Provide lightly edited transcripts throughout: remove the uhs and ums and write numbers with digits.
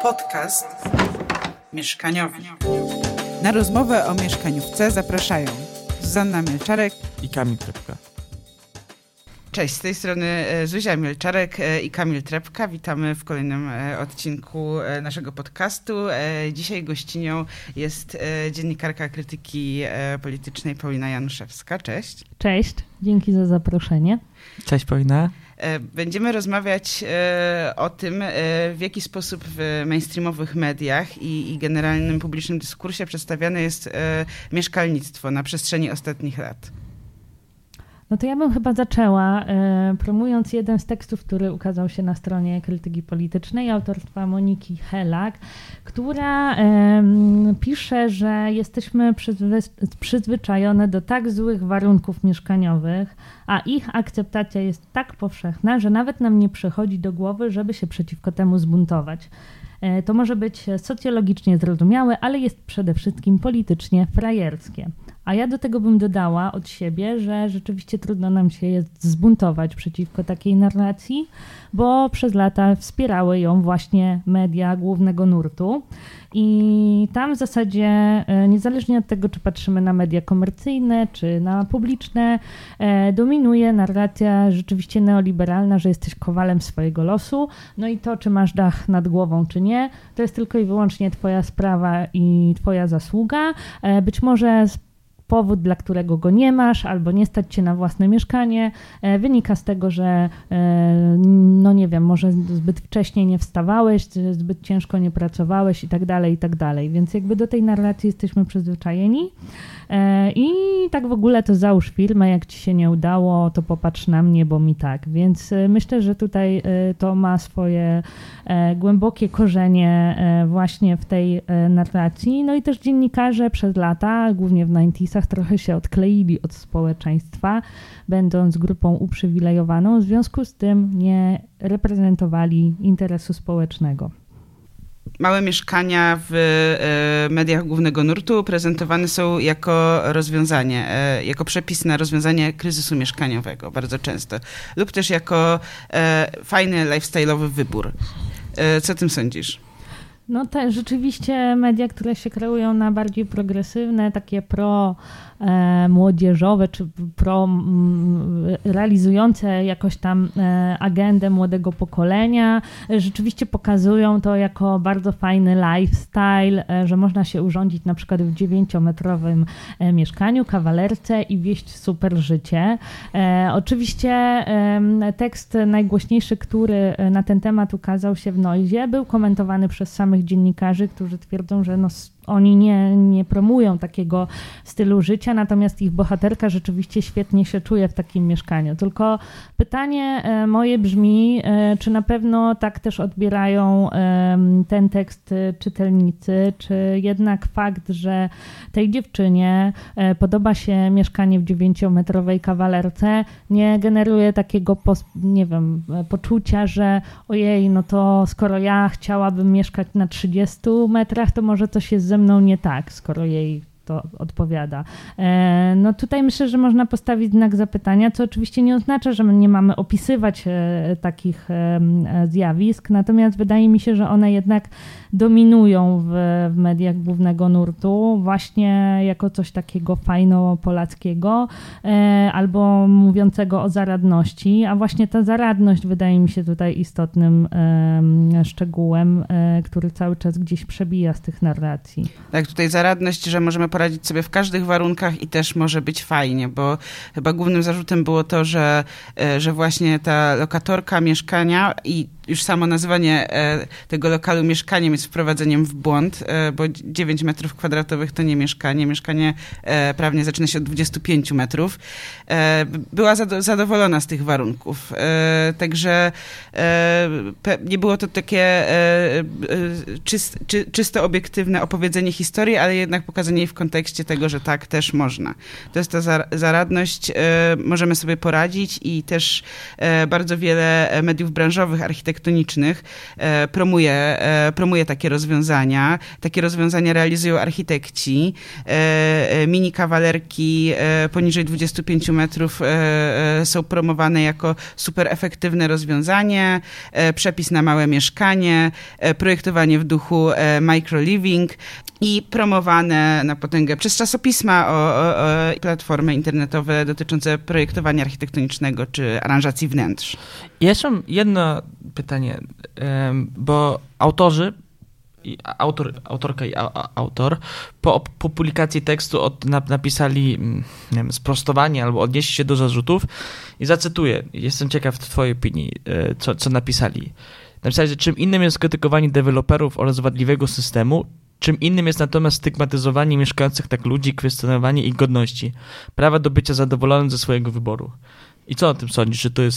Podcast mieszkaniowy. Na rozmowę o mieszkaniówce zapraszają Zuzanna Mielczarek i Kamil Trepka. Cześć, z tej strony Zuzia Mielczarek i Kamil Trepka. Witamy w kolejnym odcinku naszego podcastu. Dzisiaj gościnią jest dziennikarka krytyki politycznej Paulina Januszewska. Cześć. Cześć, dzięki za zaproszenie. Cześć Paulina. Będziemy rozmawiać o tym, w jaki sposób w mainstreamowych mediach i generalnym publicznym dyskursie przedstawiane jest mieszkalnictwo na przestrzeni ostatnich lat. No to ja bym chyba zaczęła promując jeden z tekstów, który ukazał się na stronie Krytyki Politycznej autorstwa Moniki Helak, która pisze, że jesteśmy przyzwyczajone do tak złych warunków mieszkaniowych, a ich akceptacja jest tak powszechna, że nawet nam nie przychodzi do głowy, żeby się przeciwko temu zbuntować. To może być socjologicznie zrozumiałe, ale jest przede wszystkim politycznie frajerskie. A ja do tego bym dodała od siebie, że rzeczywiście trudno nam się jest zbuntować przeciwko takiej narracji, bo przez lata wspierały ją właśnie media głównego nurtu. I tam w zasadzie, niezależnie od tego, czy patrzymy na media komercyjne, czy na publiczne, dominuje narracja rzeczywiście neoliberalna, że jesteś kowalem swojego losu. No i to, czy masz dach nad głową, czy nie, to jest tylko i wyłącznie twoja sprawa i twoja zasługa. Być może powód, dla którego go nie masz, albo nie stać cię na własne mieszkanie, wynika z tego, że no nie wiem, może zbyt wcześnie nie wstawałeś, zbyt ciężko nie pracowałeś i tak dalej, i tak dalej. Więc jakby do tej narracji jesteśmy przyzwyczajeni i tak w ogóle to załóż firmę, jak ci się nie udało, to popatrz na mnie, bo mi tak. Więc myślę, że tutaj to ma swoje głębokie korzenie właśnie w tej narracji. No i też dziennikarze przez lata, głównie w 90'sach, trochę się odkleili od społeczeństwa, będąc grupą uprzywilejowaną, w związku z tym nie reprezentowali interesu społecznego. Małe mieszkania w mediach głównego nurtu prezentowane są jako rozwiązanie, jako przepis na rozwiązanie kryzysu mieszkaniowego bardzo często, lub też jako fajny lifestyle'owy wybór. Co o tym sądzisz? No te rzeczywiście media, które się kreują na bardziej progresywne, takie młodzieżowe, czy realizujące jakoś tam agendę młodego pokolenia, rzeczywiście pokazują to jako bardzo fajny lifestyle, że można się urządzić na przykład w 9-metrowym mieszkaniu, kawalerce i wieść super życie. Oczywiście tekst najgłośniejszy, który na ten temat ukazał się w Noizie, był komentowany przez samych dziennikarzy, którzy twierdzą, że oni nie promują takiego stylu życia, natomiast ich bohaterka rzeczywiście świetnie się czuje w takim mieszkaniu. Tylko pytanie moje brzmi, czy na pewno tak też odbierają ten tekst czytelnicy, czy jednak fakt, że tej dziewczynie podoba się mieszkanie w 9-metrowej kawalerce, nie generuje takiego, nie wiem, poczucia, że ojej, no to skoro ja chciałabym mieszkać na 30 metrach, to może coś jest ze mną nie tak, skoro jej to odpowiada. No tutaj myślę, że można postawić znak zapytania, co oczywiście nie oznacza, że my nie mamy opisywać takich zjawisk, natomiast wydaje mi się, że one jednak dominują w mediach głównego nurtu właśnie jako coś takiego fajno-polackiego albo mówiącego o zaradności, a właśnie ta zaradność wydaje mi się tutaj istotnym szczegółem, który cały czas gdzieś przebija z tych narracji. Tak, tutaj zaradność, że możemy poradzić sobie w każdych warunkach i też może być fajnie, bo chyba głównym zarzutem było to, że właśnie ta lokatorka mieszkania i już samo nazywanie tego lokalu mieszkaniem jest wprowadzeniem w błąd, bo 9 metrów kwadratowych to nie mieszkanie. Mieszkanie prawnie zaczyna się od 25 metrów. Była zadowolona z tych warunków. Także nie było to takie czysto obiektywne opowiedzenie historii, ale jednak pokazanie jej w kontekście tego, że tak też można. To jest ta zaradność, możemy sobie poradzić i też bardzo wiele mediów branżowych, architektonicznych, architektonicznych promuje takie rozwiązania. Takie rozwiązania realizują architekci. Mini kawalerki poniżej 25 metrów są promowane jako super efektywne rozwiązanie, przepis na małe mieszkanie, projektowanie w duchu microliving i promowane na potęgę przez czasopisma o platformy internetowe dotyczące projektowania architektonicznego czy aranżacji wnętrz. Jeszcze mam jedno pytanie, bo autorka i autor po publikacji tekstu napisali, nie wiem, sprostowanie albo odnieśli się do zarzutów i zacytuję, jestem ciekaw twojej opinii, co napisali. Napisali, że czym innym jest krytykowanie deweloperów oraz wadliwego systemu, czym innym jest natomiast stygmatyzowanie mieszkających tak ludzi, kwestionowanie ich godności, prawa do bycia zadowolonym ze swojego wyboru. I co o tym sądzisz?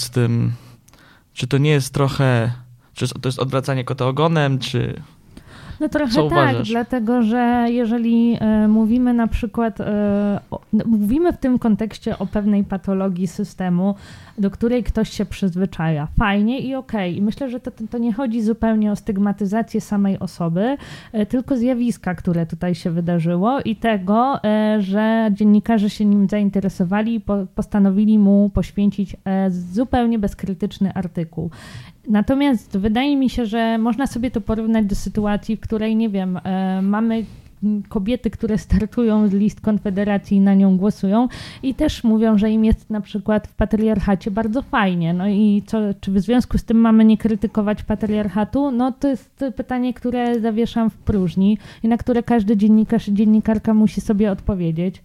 Czy to nie jest trochę, czy to jest odwracanie kota ogonem, czy... No trochę co tak, uważasz? dlatego że jeżeli mówimy na przykład, mówimy w tym kontekście o pewnej patologii systemu, do której ktoś się przyzwyczaja. Fajnie i okej. I myślę, że to nie chodzi zupełnie o stygmatyzację samej osoby, tylko zjawiska, które tutaj się wydarzyło i tego, że dziennikarze się nim zainteresowali i postanowili mu poświęcić zupełnie bezkrytyczny artykuł. Natomiast wydaje mi się, że można sobie to porównać do sytuacji, w której, nie wiem, mamy kobiety, które startują z list Konfederacji i na nią głosują i też mówią, że im jest na przykład w patriarchacie bardzo fajnie. No i czy w związku z tym mamy nie krytykować patriarchatu? No to jest pytanie, które zawieszam w próżni i na które każdy dziennikarz i dziennikarka musi sobie odpowiedzieć.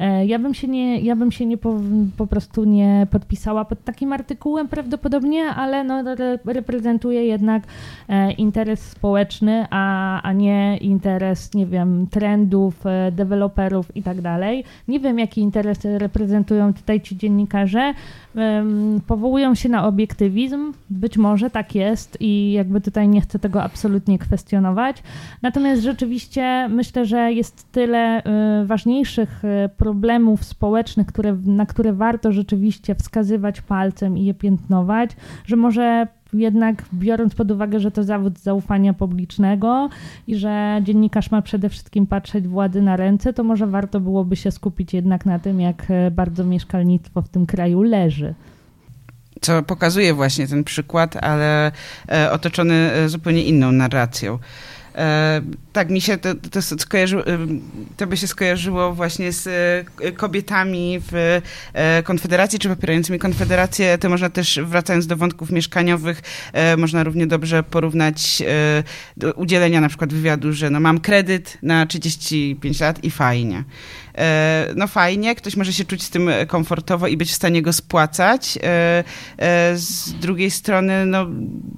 Ja bym się po prostu nie podpisała pod takim artykułem prawdopodobnie, ale no reprezentuje jednak interes społeczny, a nie interes, nie wiem, trendów, deweloperów i tak dalej. Nie wiem, jaki interes reprezentują tutaj ci dziennikarze. Powołują się na obiektywizm. Być może tak jest i jakby tutaj nie chcę tego absolutnie kwestionować. Natomiast rzeczywiście myślę, że jest tyle ważniejszych problemów społecznych, na które warto rzeczywiście wskazywać palcem i je piętnować, że może jednak biorąc pod uwagę, że to zawód zaufania publicznego i że dziennikarz ma przede wszystkim patrzeć władzy na ręce, to może warto byłoby się skupić jednak na tym, jak bardzo mieszkalnictwo w tym kraju leży. Co pokazuje właśnie ten przykład, ale otoczony zupełnie inną narracją. Tak, mi się to by się skojarzyło właśnie z kobietami w Konfederacji, czy popierającymi Konfederację. To można też, wracając do wątków mieszkaniowych, można równie dobrze porównać do udzielenia na przykład wywiadu, że no mam kredyt na 35 lat i fajnie. No fajnie, ktoś może się czuć z tym komfortowo i być w stanie go spłacać. Z drugiej strony, no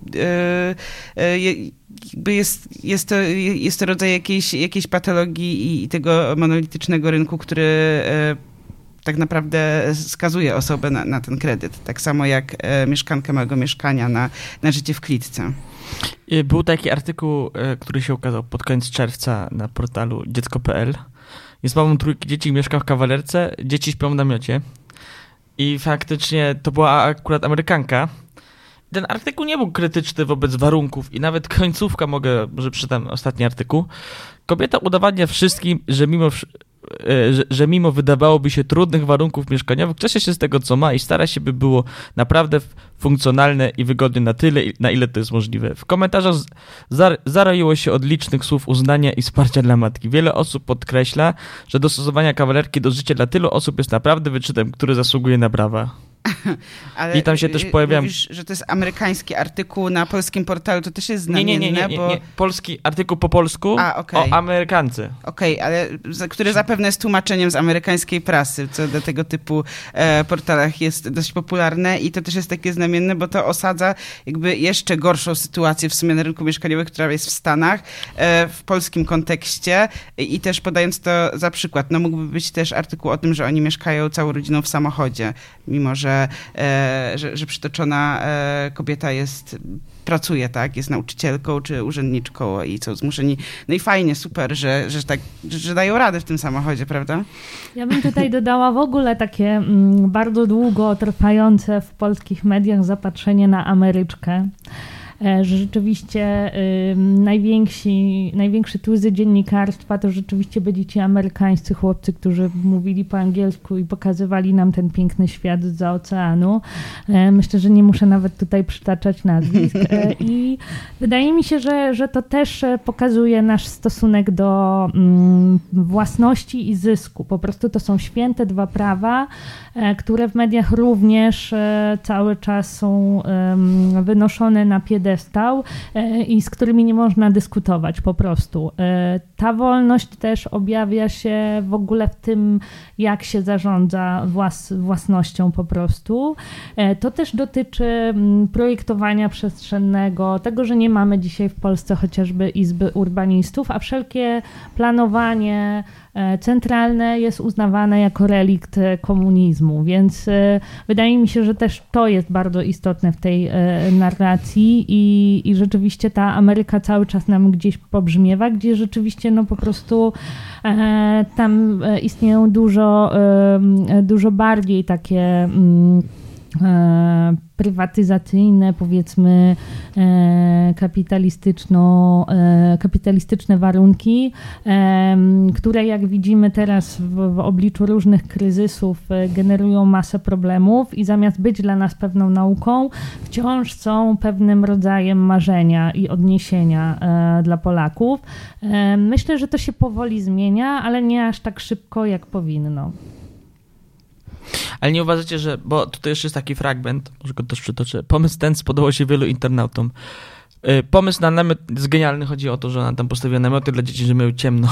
jakby jest to rodzaj jakiejś patologii i tego monolitycznego rynku, który tak naprawdę skazuje osobę na ten kredyt. Tak samo jak mieszkankę małego mieszkania na życie w klitce. Był taki artykuł, który się ukazał pod koniec czerwca na portalu dziecko.pl. Jest mamą trójki dzieci, mieszka w kawalerce, dzieci śpią w namiocie. I faktycznie to była akurat Amerykanka. Ten artykuł nie był krytyczny wobec warunków i nawet końcówka, może przeczytam ostatni artykuł. Kobieta udowadnia wszystkim, że mimo wydawałoby się trudnych warunków mieszkaniowych, cieszy się z tego, co ma i stara się, by było naprawdę funkcjonalne i wygodne na tyle, na ile to jest możliwe. W komentarzach zaroiło się od licznych słów uznania i wsparcia dla matki. Wiele osób podkreśla, że dostosowanie kawalerki do życia dla tylu osób jest naprawdę wyczynem, który zasługuje na brawa. Ale i tam się też pojawia... Mówisz, że to jest amerykański artykuł na polskim portalu, to też jest znamienne, nie. Polski artykuł po polsku o Amerykance. Okej, ale który zapewne jest tłumaczeniem z amerykańskiej prasy, co do tego typu portalach jest dość popularne i to też jest takie znamienne, bo to osadza jakby jeszcze gorszą sytuację w sumie na rynku mieszkaniowym, która jest w Stanach, w polskim kontekście i też podając to za przykład, no mógłby być też artykuł o tym, że oni mieszkają całą rodziną w samochodzie, mimo że przytoczona kobieta pracuje, tak, jest nauczycielką czy urzędniczką i są zmuszeni. No i fajnie, super, że dają radę w tym samochodzie, prawda? Ja bym tutaj dodała w ogóle takie bardzo długo trwające w polskich mediach zapatrzenie na Ameryczkę. że rzeczywiście największy tłzy dziennikarstwa to rzeczywiście byli ci amerykańscy chłopcy, którzy mówili po angielsku i pokazywali nam ten piękny świat zza oceanu. Myślę, że nie muszę nawet tutaj przytaczać nazwisk. I wydaje mi się, że to też pokazuje nasz stosunek do własności i zysku. Po prostu to są święte dwa prawa, które w mediach również cały czas są wynoszone na piedestał i z którymi nie można dyskutować po prostu. Ta wolność też objawia się w ogóle w tym, jak się zarządza własnością po prostu. To też dotyczy projektowania przestrzennego, tego, że nie mamy dzisiaj w Polsce chociażby Izby Urbanistów, a wszelkie planowanie centralne jest uznawane jako relikt komunizmu, więc wydaje mi się, że też to jest bardzo istotne w tej narracji i rzeczywiście ta Ameryka cały czas nam gdzieś pobrzmiewa, gdzie rzeczywiście no po prostu tam istnieją dużo bardziej takie prywatyzacyjne, powiedzmy kapitalistyczne warunki, które jak widzimy teraz w obliczu różnych kryzysów generują masę problemów i zamiast być dla nas pewną nauką, wciąż są pewnym rodzajem marzenia i odniesienia dla Polaków. Myślę, że to się powoli zmienia, ale nie aż tak szybko, jak powinno. Ale nie uważacie, że, bo tutaj jeszcze jest taki fragment, może go też przytoczę, pomysł ten spodobał się wielu internautom. Pomysł na namiot jest genialny, chodzi o to, że ona tam postawiła namioty dla dzieci, że miały ciemno.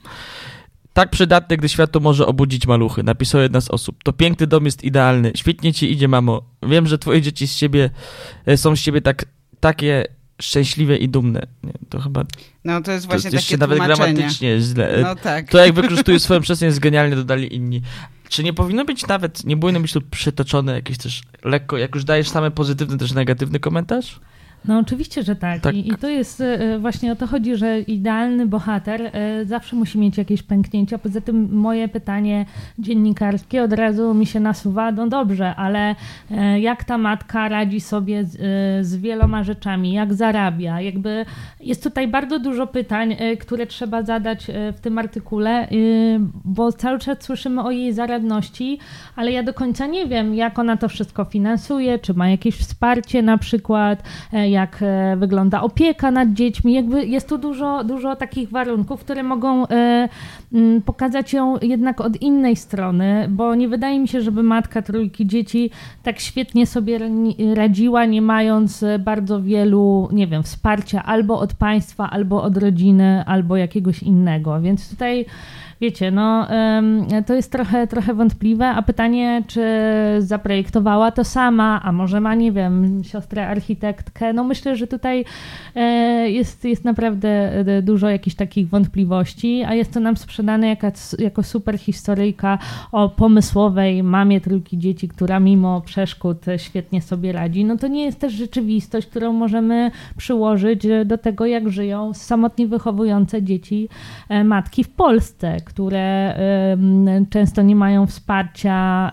Tak przydatny, gdy światło może obudzić maluchy, napisała jedna z osób. To piękny dom jest idealny, świetnie ci idzie, mamo. Wiem, że twoje dzieci są z ciebie takie szczęśliwe i dumne. Nie, to chyba... No to jest właśnie to takie nawet tłumaczenie. gramatycznie źle. No tak. To jak wykorzystuje swoją przestrzeń jest genialnie, dodali inni. Czy nie powinno być nawet, nie powinno być tu przytoczone jakieś też lekko, jak już dajesz same pozytywny, też negatywny komentarz? No oczywiście, że tak. I to jest właśnie o to chodzi, że idealny bohater zawsze musi mieć jakieś pęknięcia. Poza tym moje pytanie dziennikarskie od razu mi się nasuwa, no dobrze, ale jak ta matka radzi sobie z wieloma rzeczami, jak zarabia, jakby jest tutaj bardzo dużo pytań, które trzeba zadać w tym artykule, bo cały czas słyszymy o jej zaradności, ale ja do końca nie wiem, jak ona to wszystko finansuje, czy ma jakieś wsparcie na przykład, jak wygląda opieka nad dziećmi. Jakby jest tu dużo takich warunków, które mogą pokazać ją jednak od innej strony, bo nie wydaje mi się, żeby matka trójki dzieci tak świetnie sobie radziła, nie mając bardzo wielu, nie wiem, wsparcia albo od państwa, albo od rodziny, albo jakiegoś innego. Więc tutaj wiecie, no to jest trochę wątpliwe, a pytanie, czy zaprojektowała to sama, a może ma, nie wiem, siostrę architektkę, no myślę, że tutaj jest naprawdę dużo jakichś takich wątpliwości, a jest to nam sprzedane jako super historyjka o pomysłowej mamie trójki dzieci, która mimo przeszkód świetnie sobie radzi. No to nie jest też rzeczywistość, którą możemy przyłożyć do tego, jak żyją samotnie wychowujące dzieci matki w Polsce, które często nie mają wsparcia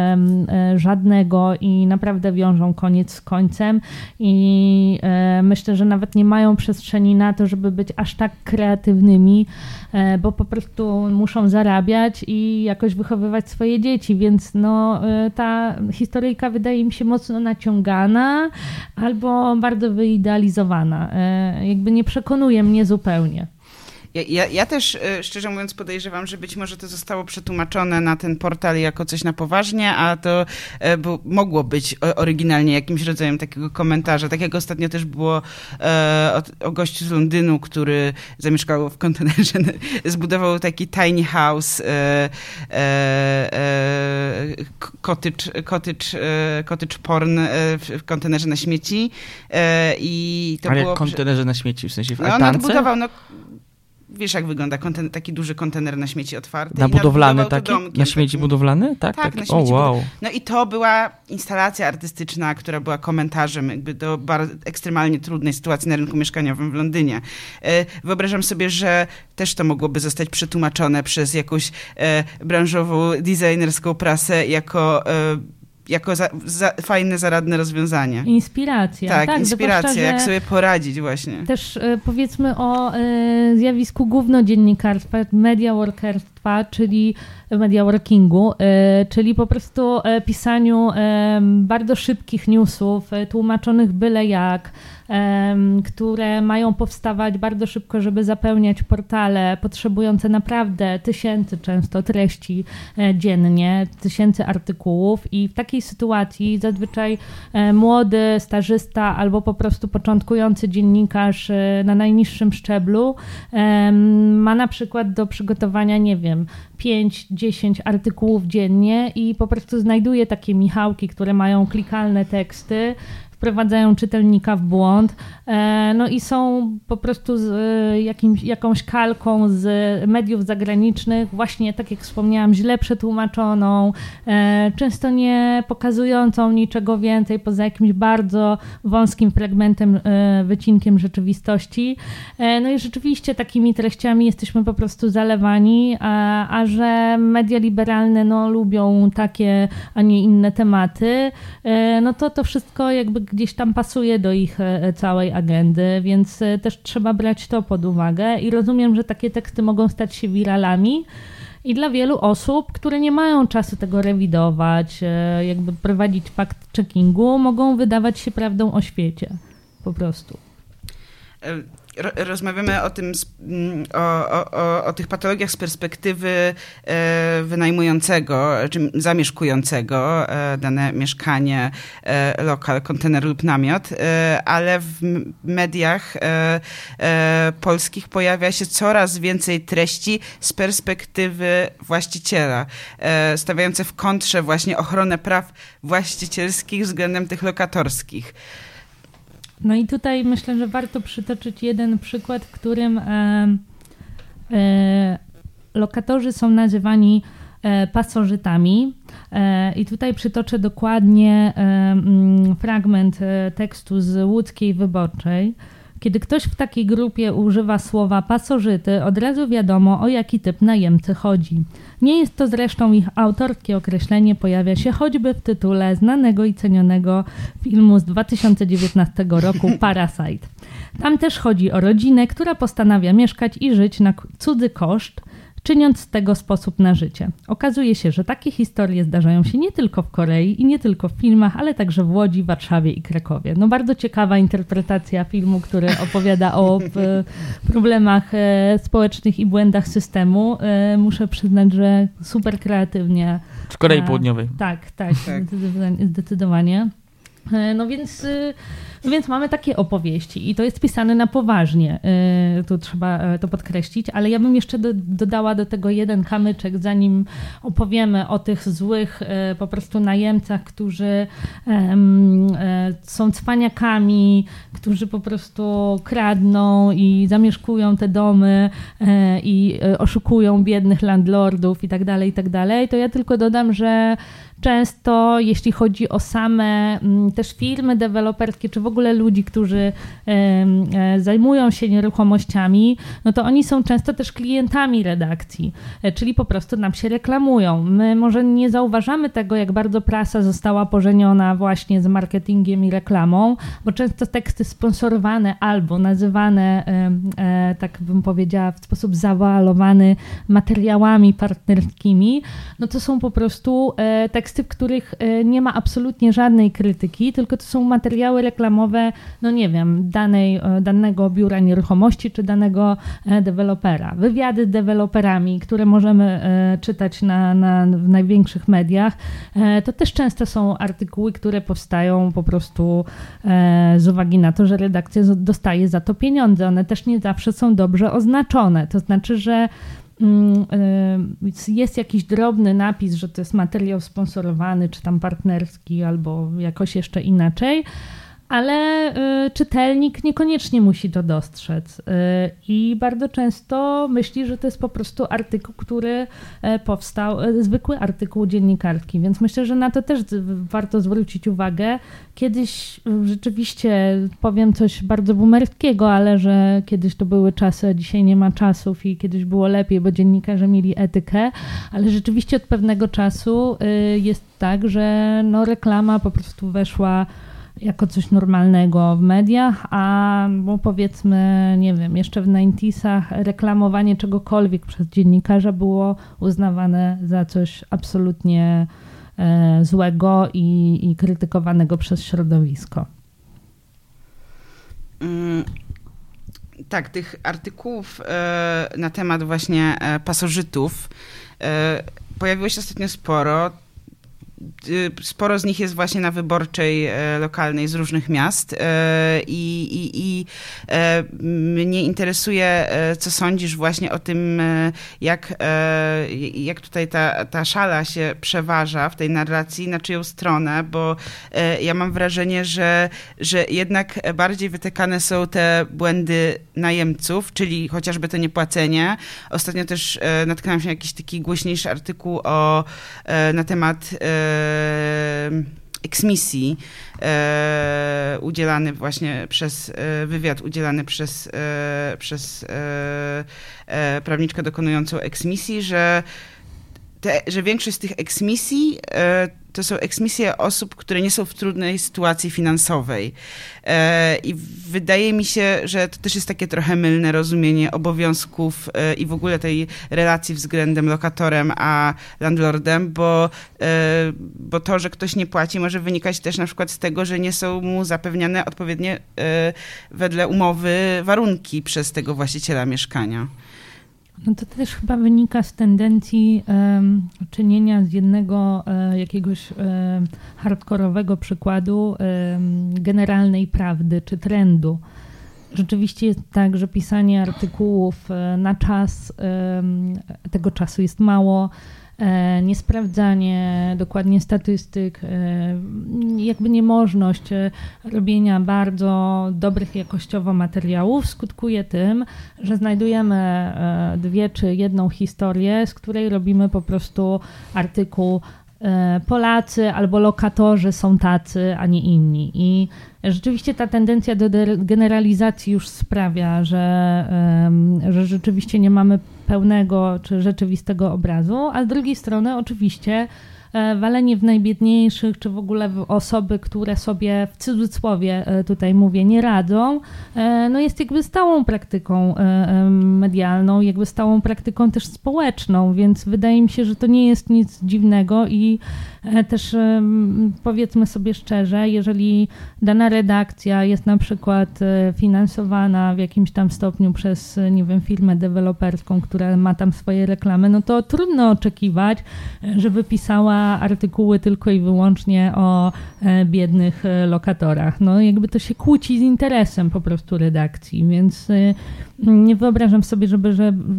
żadnego i naprawdę wiążą koniec z końcem i myślę, że nawet nie mają przestrzeni na to, żeby być aż tak kreatywnymi, bo po prostu muszą zarabiać i jakoś wychowywać swoje dzieci, więc no, ta historyjka wydaje mi się mocno naciągana albo bardzo wyidealizowana. Jakby nie przekonuje mnie zupełnie. Ja też, szczerze mówiąc, podejrzewam, że być może to zostało przetłumaczone na ten portal jako coś na poważnie, a to mogło być oryginalnie jakimś rodzajem takiego komentarza. Tak jak ostatnio też było o gościu z Londynu, który zamieszkał w kontenerze, zbudował taki tiny house, cottage porn w kontenerze na śmieci. I to ale było jak kontenerze na śmieci, w sensie w no, altance? on odbudował, wiesz, jak wygląda taki duży kontener na śmieci otwarty. Na budowlany taki? Na śmieci budowlany? Tak, tak. taki. Na śmieci wow. No i to była instalacja artystyczna, która była komentarzem jakby do bardzo ekstremalnie trudnej sytuacji na rynku mieszkaniowym w Londynie. Wyobrażam sobie, że też to mogłoby zostać przetłumaczone przez jakąś branżową, designerską prasę jako jako fajne, zaradne rozwiązanie. Inspiracja. Tak, inspiracja, jak sobie poradzić właśnie. Też powiedzmy o zjawisku głównodziennikarstwa, media workerstwa, czyli media workingu, czyli po prostu pisaniu bardzo szybkich newsów, tłumaczonych byle jak, które mają powstawać bardzo szybko, żeby zapełniać portale potrzebujące naprawdę tysięcy często treści dziennie, tysięcy artykułów i w takiej sytuacji zazwyczaj młody stażysta albo po prostu początkujący dziennikarz na najniższym szczeblu ma na przykład do przygotowania, nie wiem, 5-10 artykułów dziennie i po prostu znajduje takie michałki, które mają klikalne teksty, wprowadzają czytelnika w błąd, no i są po prostu jakąś kalką z mediów zagranicznych, właśnie tak jak wspomniałam, źle przetłumaczoną, często nie pokazującą niczego więcej poza jakimś bardzo wąskim fragmentem, wycinkiem rzeczywistości. No i rzeczywiście takimi treściami jesteśmy po prostu zalewani, a że media liberalne no, lubią takie, a nie inne tematy, no to wszystko jakby gdzieś tam pasuje do ich całej agendy, więc też trzeba brać to pod uwagę i rozumiem, że takie teksty mogą stać się wiralami i dla wielu osób, które nie mają czasu tego rewidować, jakby prowadzić fact-checkingu, mogą wydawać się prawdą o świecie, po prostu. Rozmawiamy o tym, o tych patologiach z perspektywy wynajmującego czy zamieszkującego dane mieszkanie, lokal, kontener lub namiot, ale w mediach polskich pojawia się coraz więcej treści z perspektywy właściciela, stawiające w kontrze właśnie ochronę praw właścicielskich względem tych lokatorskich. No i tutaj myślę, że warto przytoczyć jeden przykład, w którym lokatorzy są nazywani pasożytami. I tutaj przytoczę dokładnie fragment tekstu z Łódzkiej Wyborczej. Kiedy ktoś w takiej grupie używa słowa pasożyty, od razu wiadomo, o jaki typ najemcy chodzi. Nie jest to zresztą ich autorskie określenie, pojawia się choćby w tytule znanego i cenionego filmu z 2019 roku Parasite. Tam też chodzi o rodzinę, która postanawia mieszkać i żyć na cudzy koszt, czyniąc z tego sposób na życie. Okazuje się, że takie historie zdarzają się nie tylko w Korei i nie tylko w filmach, ale także w Łodzi, Warszawie i Krakowie. No bardzo ciekawa interpretacja filmu, który opowiada o problemach społecznych i błędach systemu. Muszę przyznać, że super kreatywnie. W Korei Południowej. Tak. Zdecydowanie. No więc mamy takie opowieści i to jest pisane na poważnie, tu trzeba to podkreślić, ale ja bym jeszcze dodała do tego jeden kamyczek, zanim opowiemy o tych złych po prostu najemcach, którzy są cwaniakami, którzy po prostu kradną i zamieszkują te domy i oszukują biednych landlordów i tak dalej, to ja tylko dodam, że często, jeśli chodzi o same też firmy deweloperskie, czy w ogóle ludzi, którzy zajmują się nieruchomościami, no to oni są często też klientami redakcji, czyli po prostu nam się reklamują. My może nie zauważamy tego, jak bardzo prasa została pożeniona właśnie z marketingiem i reklamą, bo często teksty sponsorowane albo nazywane, tak bym powiedziała, w sposób zawalowany materiałami partnerskimi, no to są po prostu teksty, w których nie ma absolutnie żadnej krytyki, tylko to są materiały reklamowe, no nie wiem, danego biura nieruchomości czy danego dewelopera. Wywiady z deweloperami, które możemy czytać w największych mediach, to też często są artykuły, które powstają po prostu z uwagi na to, że redakcja dostaje za to pieniądze. One też nie zawsze są dobrze oznaczone. To znaczy, że jest jakiś drobny napis, że to jest materiał sponsorowany, czy tam partnerski, albo jakoś jeszcze inaczej, ale czytelnik niekoniecznie musi to dostrzec i bardzo często myśli, że to jest po prostu artykuł, który powstał, zwykły artykuł dziennikarski, więc myślę, że na to też warto zwrócić uwagę. Kiedyś rzeczywiście powiem coś bardzo boomerskiego, ale że kiedyś to były czasy, a dzisiaj nie ma czasów i kiedyś było lepiej, bo dziennikarze mieli etykę, ale rzeczywiście od pewnego czasu jest tak, że no reklama po prostu weszła jako coś normalnego w mediach, a bo powiedzmy, nie wiem, jeszcze w 90'sach reklamowanie czegokolwiek przez dziennikarza było uznawane za coś absolutnie złego i krytykowanego przez środowisko. Tak, tych artykułów na temat właśnie pasożytów pojawiło się ostatnio sporo. Sporo z nich jest właśnie na Wyborczej lokalnej z różnych miast i mnie interesuje, co sądzisz właśnie o tym, jak tutaj ta szala się przeważa w tej narracji na czyją stronę, bo ja mam wrażenie, że jednak bardziej wytykane są te błędy najemców, czyli chociażby to niepłacenie. Ostatnio też natknąłem się na jakiś taki głośniejszy artykuł na temat eksmisji udzielany właśnie przez wywiad udzielany przez prawniczkę dokonującą eksmisji, że większość z tych eksmisji to są eksmisje osób, które nie są w trudnej sytuacji finansowej. I wydaje mi się, że to też jest takie trochę mylne rozumienie obowiązków i w ogóle tej relacji względem lokatorem a landlordem, bo to, że ktoś nie płaci, może wynikać też na przykład z tego, że nie są mu zapewniane odpowiednie wedle umowy warunki przez tego właściciela mieszkania. No to też chyba wynika z tendencji czynienia z jednego jakiegoś hardkorowego przykładu generalnej prawdy czy trendu. Rzeczywiście jest tak, że pisanie artykułów na czas, tego czasu jest mało, niesprawdzanie dokładnie statystyk, jakby niemożność robienia bardzo dobrych jakościowo materiałów skutkuje tym, że znajdujemy dwie czy jedną historię, z której robimy po prostu artykuł Polacy albo lokatorzy są tacy, a nie inni. I rzeczywiście ta tendencja do generalizacji już sprawia, że rzeczywiście nie mamy pełnego czy rzeczywistego obrazu, a z drugiej strony oczywiście walenie w najbiedniejszych, czy w ogóle w osoby, które sobie w cudzysłowie tutaj mówię, nie radzą, no jest jakby stałą praktyką medialną, jakby stałą praktyką też społeczną, więc wydaje mi się, że to nie jest nic dziwnego i też powiedzmy sobie szczerze, jeżeli dana redakcja jest na przykład finansowana w jakimś tam stopniu przez, nie wiem, firmę deweloperską, która ma tam swoje reklamy, no to trudno oczekiwać, żeby pisała artykuły tylko i wyłącznie o biednych lokatorach. No jakby to się kłóci z interesem po prostu redakcji, więc nie wyobrażam sobie, żeby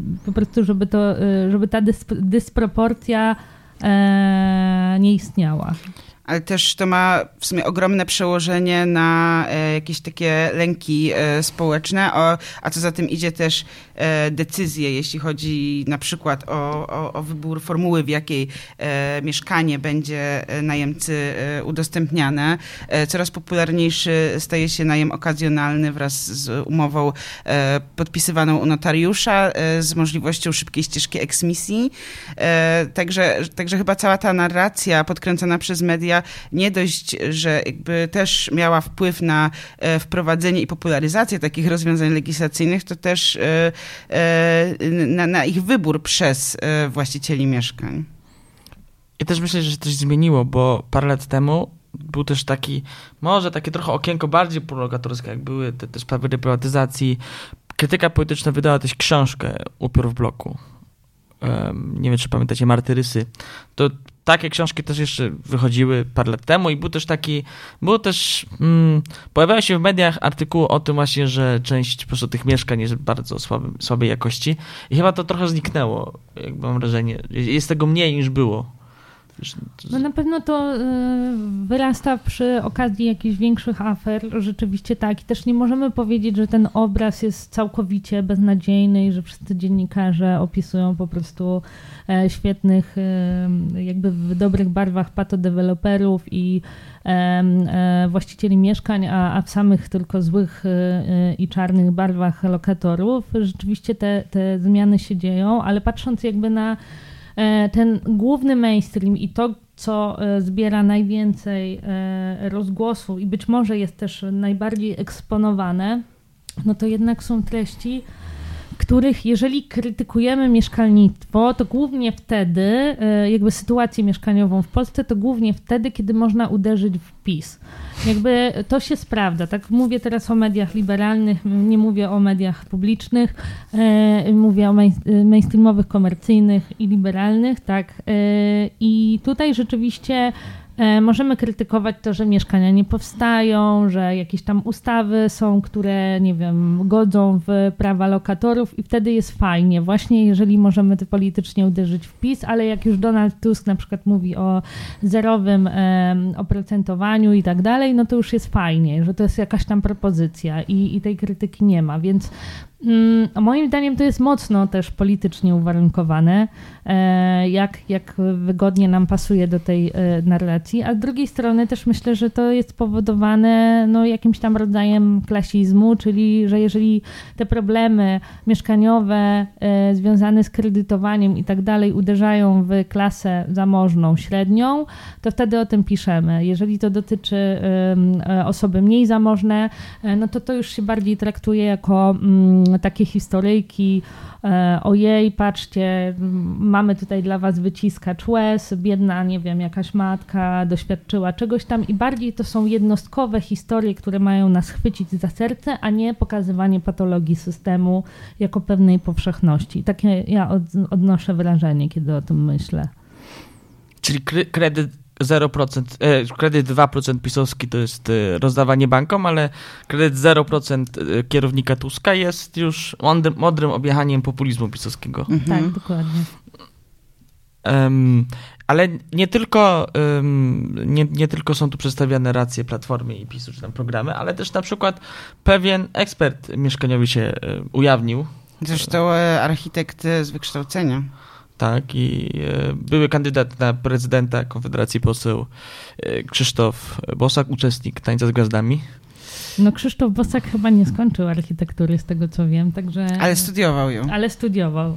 ta dysproporcja nie istniała. Ale też to ma w sumie ogromne przełożenie na jakieś takie lęki społeczne, a co za tym idzie też decyzje, jeśli chodzi na przykład o wybór formuły, w jakiej mieszkanie będzie najemcy udostępniane. Coraz popularniejszy staje się najem okazjonalny wraz z umową podpisywaną u notariusza z możliwością szybkiej ścieżki eksmisji. Także chyba cała ta narracja podkręcona przez media nie dość, że jakby też miała wpływ na wprowadzenie i popularyzację takich rozwiązań legislacyjnych, to też na ich wybór przez właścicieli mieszkań. I też myślę, że się coś zmieniło, bo parę lat temu był też może takie trochę okienko bardziej prologatorskie, jak były te sprawy reprywatyzacji. Krytyka polityczna wydała też książkę Upiór w bloku. Nie wiem, czy pamiętacie, Martyrysy. To takie książki też jeszcze wychodziły parę lat temu i pojawiały się w mediach artykuły o tym właśnie, że część po prostu tych mieszkań jest bardzo słabej jakości i chyba to trochę zniknęło, jakby mam wrażenie. Jest tego mniej niż było. No na pewno to wyrasta przy okazji jakichś większych afer, rzeczywiście tak. I też nie możemy powiedzieć, że ten obraz jest całkowicie beznadziejny i że wszyscy dziennikarze opisują po prostu świetnych, jakby w dobrych barwach patodeweloperów i właścicieli mieszkań, a w samych tylko złych i czarnych barwach lokatorów. Rzeczywiście te zmiany się dzieją, ale patrząc jakby na ten główny mainstream i to, co zbiera najwięcej rozgłosu i być może jest też najbardziej eksponowane, no to jednak są treści, których jeżeli krytykujemy mieszkalnictwo, to głównie wtedy, jakby sytuację mieszkaniową w Polsce, to głównie wtedy, kiedy można uderzyć w PiS. Jakby to się sprawdza, tak mówię teraz o mediach liberalnych, nie mówię o mediach publicznych, mówię o mainstreamowych, komercyjnych i liberalnych, tak. I tutaj rzeczywiście możemy krytykować to, że mieszkania nie powstają, że jakieś tam ustawy są, które, nie wiem, godzą w prawa lokatorów i wtedy jest fajnie, właśnie jeżeli możemy politycznie uderzyć w PiS, ale jak już Donald Tusk na przykład mówi o zerowym oprocentowaniu i tak dalej, no to już jest fajnie, że to jest jakaś tam propozycja i tej krytyki nie ma, więc moim zdaniem to jest mocno też politycznie uwarunkowane, jak wygodnie nam pasuje do tej narracji, a z drugiej strony też myślę, że to jest spowodowane jakimś tam rodzajem klasizmu, czyli że jeżeli te problemy mieszkaniowe związane z kredytowaniem i tak dalej uderzają w klasę zamożną, średnią, to wtedy o tym piszemy. Jeżeli to dotyczy osoby mniej zamożne, no to już się bardziej traktuje jako takie historyjki, ojej, patrzcie, mamy tutaj dla was wyciskacz łez, biedna, nie wiem, jakaś matka doświadczyła czegoś tam i bardziej to są jednostkowe historie, które mają nas chwycić za serce, a nie pokazywanie patologii systemu jako pewnej powszechności. Takie ja odnoszę wrażenie, kiedy o tym myślę. Czyli kredyt 0%, kredyt 2% pisowski to jest rozdawanie bankom, ale kredyt 0% kierownika Tuska jest już mądrym objechaniem populizmu pisowskiego. Tak, dokładnie. Ale nie tylko są tu przedstawiane racje Platformy i PiS-u, czy tam programy, ale też na przykład pewien ekspert mieszkaniowy się ujawnił. Zresztą architekt z wykształcenia. Tak, i były kandydat na prezydenta Konfederacji poseł Krzysztof Bosak, uczestnik Tańca z Gwiazdami. No Krzysztof Bosak chyba nie skończył architektury, z tego co wiem, także... Ale studiował ją. Ale studiował.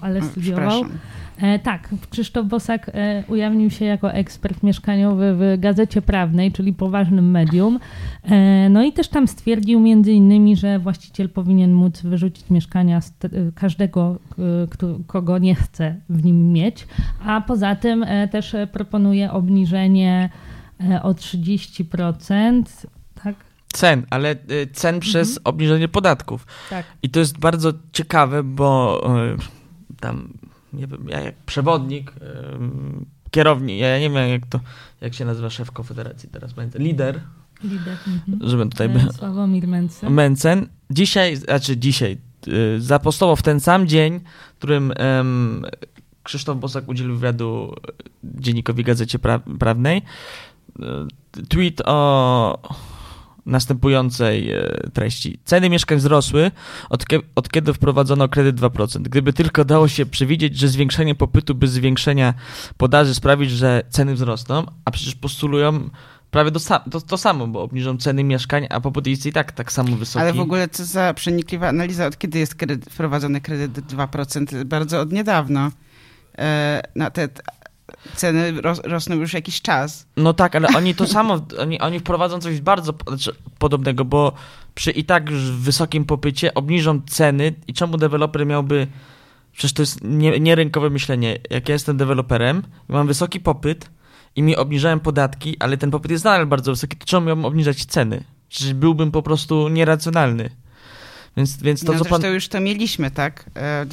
Tak, Krzysztof Bosak ujawnił się jako ekspert mieszkaniowy w Gazecie Prawnej, czyli poważnym medium. No i też tam stwierdził między innymi, że właściciel powinien móc wyrzucić mieszkania z każdego, kogo nie chce w nim mieć, a poza tym też proponuje obniżenie o 30%, tak? Cen, ale cen przez obniżenie podatków. Tak. I to jest bardzo ciekawe, bo tam, nie wiem, ja jak przewodnik, kierownik, ja nie wiem jak się nazywa szef Konfederacji teraz, lider. Żebym tutaj był. Sławomir Mencen. Dzisiaj zapostował w ten sam dzień, w którym Krzysztof Bosak udzielił wywiadu dziennikowi Gazecie Prawnej, tweet o następującej treści. Ceny mieszkań wzrosły, od kiedy wprowadzono kredyt 2%. Gdyby tylko dało się przewidzieć, że zwiększenie popytu bez zwiększenia podaży sprawić, że ceny wzrosną, a przecież postulują prawie to samo, bo obniżą ceny mieszkań, a popyt jest i tak samo wysoki. Ale w ogóle co za przenikliwa analiza, od kiedy jest wprowadzony kredyt 2%? Bardzo od niedawno. Te ceny rosną już jakiś czas. No tak, ale oni to samo, oni wprowadzą coś bardzo podobnego, bo przy i tak już wysokim popycie obniżą ceny i czemu deweloper miałby, przecież to jest nierynkowe myślenie. Jak ja jestem deweloperem i mam wysoki popyt i mi obniżają podatki, ale ten popyt jest nadal bardzo wysoki, to czemu miałbym obniżać ceny? Przecież byłbym po prostu nieracjonalny. Więc to, no, co zresztą już to mieliśmy, tak?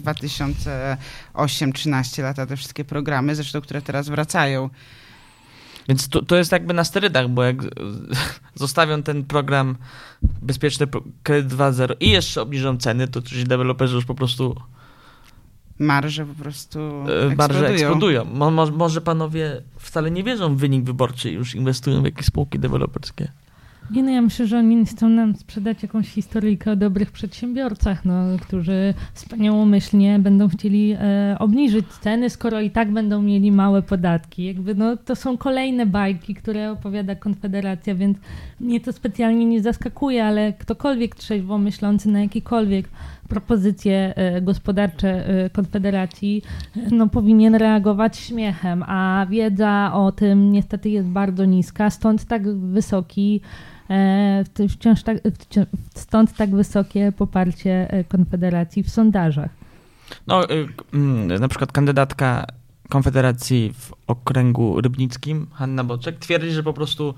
2008-13 lata, te wszystkie programy, zresztą, które teraz wracają. Więc to jest jakby na sterydach, bo jak zostawią ten program Bezpieczny Kredyt 2.0 i jeszcze obniżą ceny, to ci deweloperzy już po prostu marże po prostu Marże eksplodują. Może panowie wcale nie wierzą w wynik wyborczy i już inwestują w jakieś spółki deweloperskie. Nie, no ja myślę, że oni chcą nam sprzedać jakąś historyjkę o dobrych przedsiębiorcach, którzy wspaniałomyślnie będą chcieli obniżyć ceny, skoro i tak będą mieli małe podatki. To są kolejne bajki, które opowiada Konfederacja, więc mnie to specjalnie nie zaskakuje, ale ktokolwiek trzeźwo myślący na jakiekolwiek propozycje gospodarcze Konfederacji powinien reagować śmiechem, a wiedza o tym niestety jest bardzo niska, stąd tak wysokie poparcie Konfederacji w sondażach. Na przykład kandydatka Konfederacji w okręgu rybnickim, Hanna Boczek, twierdzi, że po prostu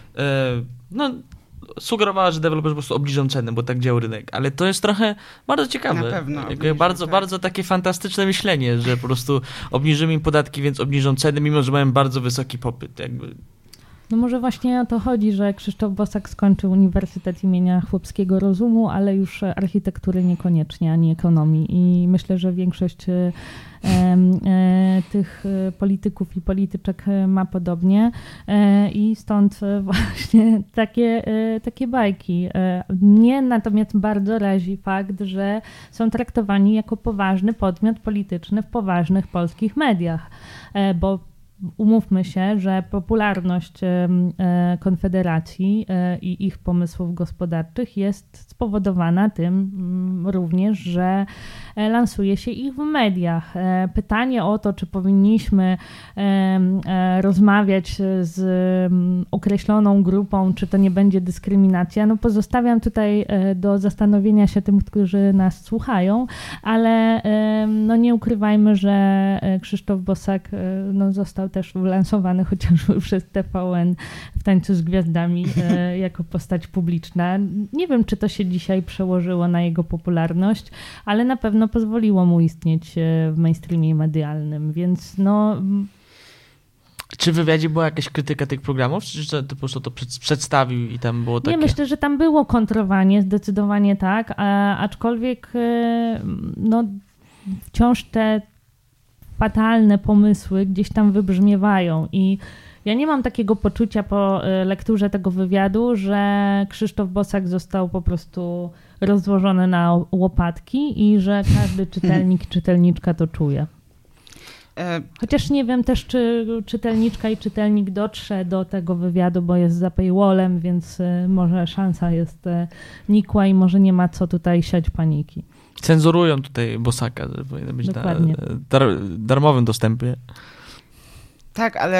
sugerowała, że deweloperzy po prostu obniżą ceny, bo tak działa rynek. Ale to jest trochę bardzo ciekawe. Na pewno. Bardzo takie fantastyczne myślenie, że po prostu obniżymy im podatki, więc obniżą ceny, mimo że mają bardzo wysoki popyt. Może właśnie o to chodzi, że Krzysztof Bosak skończył Uniwersytet imienia Chłopskiego Rozumu, ale już architektury niekoniecznie, ani ekonomii. I myślę, że większość tych polityków i polityczek ma podobnie i stąd właśnie takie bajki. Mnie natomiast bardzo razi fakt, że są traktowani jako poważny podmiot polityczny w poważnych polskich mediach, bo umówmy się, że popularność Konfederacji i ich pomysłów gospodarczych jest spowodowana tym również, że lansuje się ich w mediach. Pytanie o to, czy powinniśmy rozmawiać z określoną grupą, czy to nie będzie dyskryminacja, pozostawiam tutaj do zastanowienia się tym, którzy nas słuchają, ale nie ukrywajmy, że Krzysztof Bosak został też lansowany chociażby przez TVN w Tańcu z Gwiazdami jako postać publiczna. Nie wiem, czy to się dzisiaj przełożyło na jego popularność, ale na pewno pozwoliło mu istnieć w mainstreamie medialnym, więc Czy w wywiadzie była jakaś krytyka tych programów, czy po prostu to przedstawił i tam było takie? Nie, myślę, że tam było kontrowanie, zdecydowanie tak, aczkolwiek wciąż te fatalne pomysły gdzieś tam wybrzmiewają i ja nie mam takiego poczucia po lekturze tego wywiadu, że Krzysztof Bosak został po prostu rozłożony na łopatki i że każdy czytelnik, czytelniczka to czuje. Chociaż nie wiem też, czy czytelniczka i czytelnik dotrze do tego wywiadu, bo jest za paywallem, więc może szansa jest nikła i może nie ma co tutaj siać paniki. Cenzurują tutaj Bosaka, że powinno być na darmowym dostępie. Tak, ale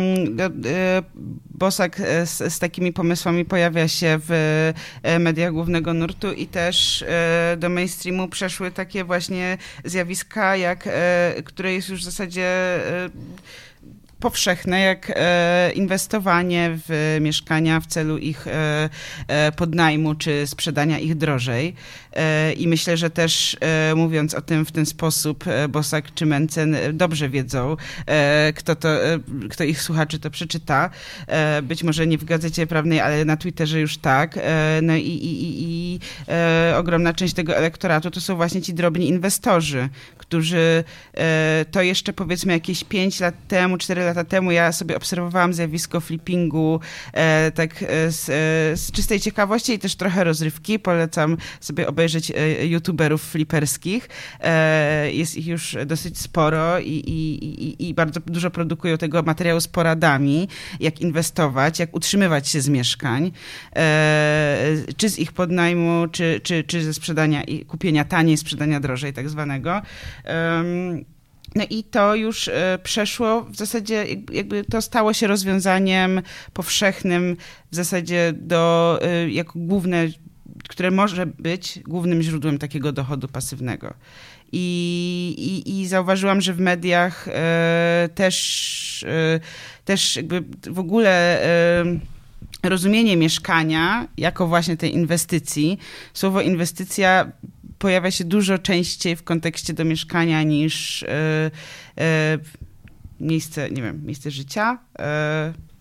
Bosak z takimi pomysłami pojawia się w mediach głównego nurtu i też do mainstreamu przeszły takie właśnie zjawiska, które jest już w zasadzie powszechne, jak inwestowanie w mieszkania w celu ich podnajmu czy sprzedania ich drożej. I myślę, że też mówiąc o tym w ten sposób Bosak czy Mencen dobrze wiedzą, kto ich słuchaczy to przeczyta. Być może nie w Gazecie Prawnej, ale na Twitterze już tak. I ogromna część tego elektoratu to są właśnie ci drobni inwestorzy, którzy to jeszcze powiedzmy jakieś 5 lat temu, 4 lata temu ja sobie obserwowałam zjawisko flippingu tak z czystej ciekawości i też trochę rozrywki. Polecam sobie obejrzeć youtuberów fliperskich. Jest ich już dosyć sporo i bardzo dużo produkują tego materiału z poradami, jak inwestować, jak utrzymywać się z mieszkań, czy z ich podnajmu, czy ze sprzedania i kupienia taniej, sprzedania drożej tak zwanego. No i to już przeszło, w zasadzie jakby to stało się rozwiązaniem powszechnym w zasadzie jako główne, które może być głównym źródłem takiego dochodu pasywnego. I zauważyłam, że w mediach też jakby w ogóle rozumienie mieszkania jako właśnie tej inwestycji, słowo inwestycja pojawia się dużo częściej w kontekście do mieszkania niż miejsce życia.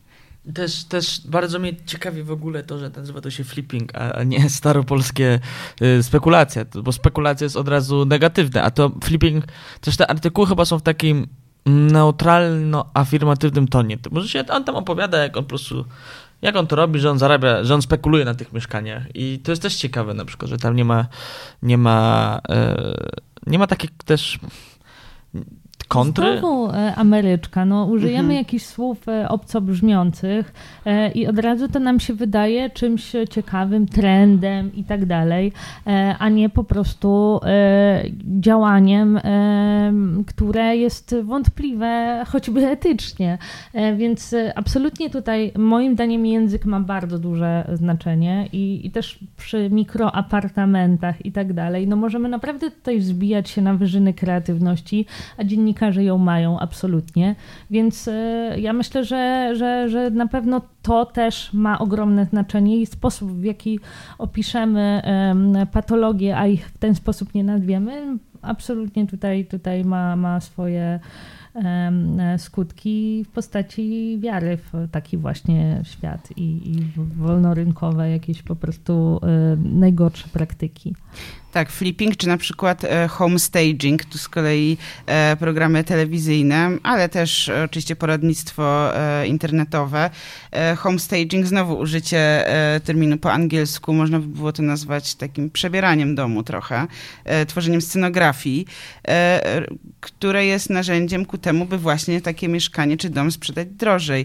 Też bardzo mnie ciekawi w ogóle to, że nazywa to się flipping, a nie staropolskie spekulacje, bo spekulacja jest od razu negatywna, a to flipping, też te artykuły chyba są w takim neutralno-afirmatywnym tonie. Może się on tam opowiada, jak on po prostu, jak on to robi, że on zarabia, że on spekuluje na tych mieszkaniach i to jest też ciekawe na przykład, że tam nie ma takich też kontry. Znowu Ameryczka, no użyjemy jakichś słów obco brzmiących i od razu to nam się wydaje czymś ciekawym, trendem i tak dalej, a nie po prostu działaniem, które jest wątpliwe choćby etycznie. Więc absolutnie tutaj moim zdaniem język ma bardzo duże znaczenie i też przy mikroapartamentach i tak dalej, no możemy naprawdę tutaj wzbijać się na wyżyny kreatywności, a dziennikarze ją mają absolutnie, więc ja myślę, że na pewno to też ma ogromne znaczenie i sposób, w jaki opiszemy patologię, a ich w ten sposób nie nazwiemy, absolutnie tutaj ma swoje skutki w postaci wiary w taki właśnie świat i wolnorynkowe jakieś po prostu najgorsze praktyki. Tak, flipping, czy na przykład homestaging, tu z kolei programy telewizyjne, ale też oczywiście poradnictwo internetowe. Homestaging, znowu użycie terminu po angielsku, można by było to nazwać takim przebieraniem domu trochę, tworzeniem scenografii, które jest narzędziem ku temu, by właśnie takie mieszkanie czy dom sprzedać drożej.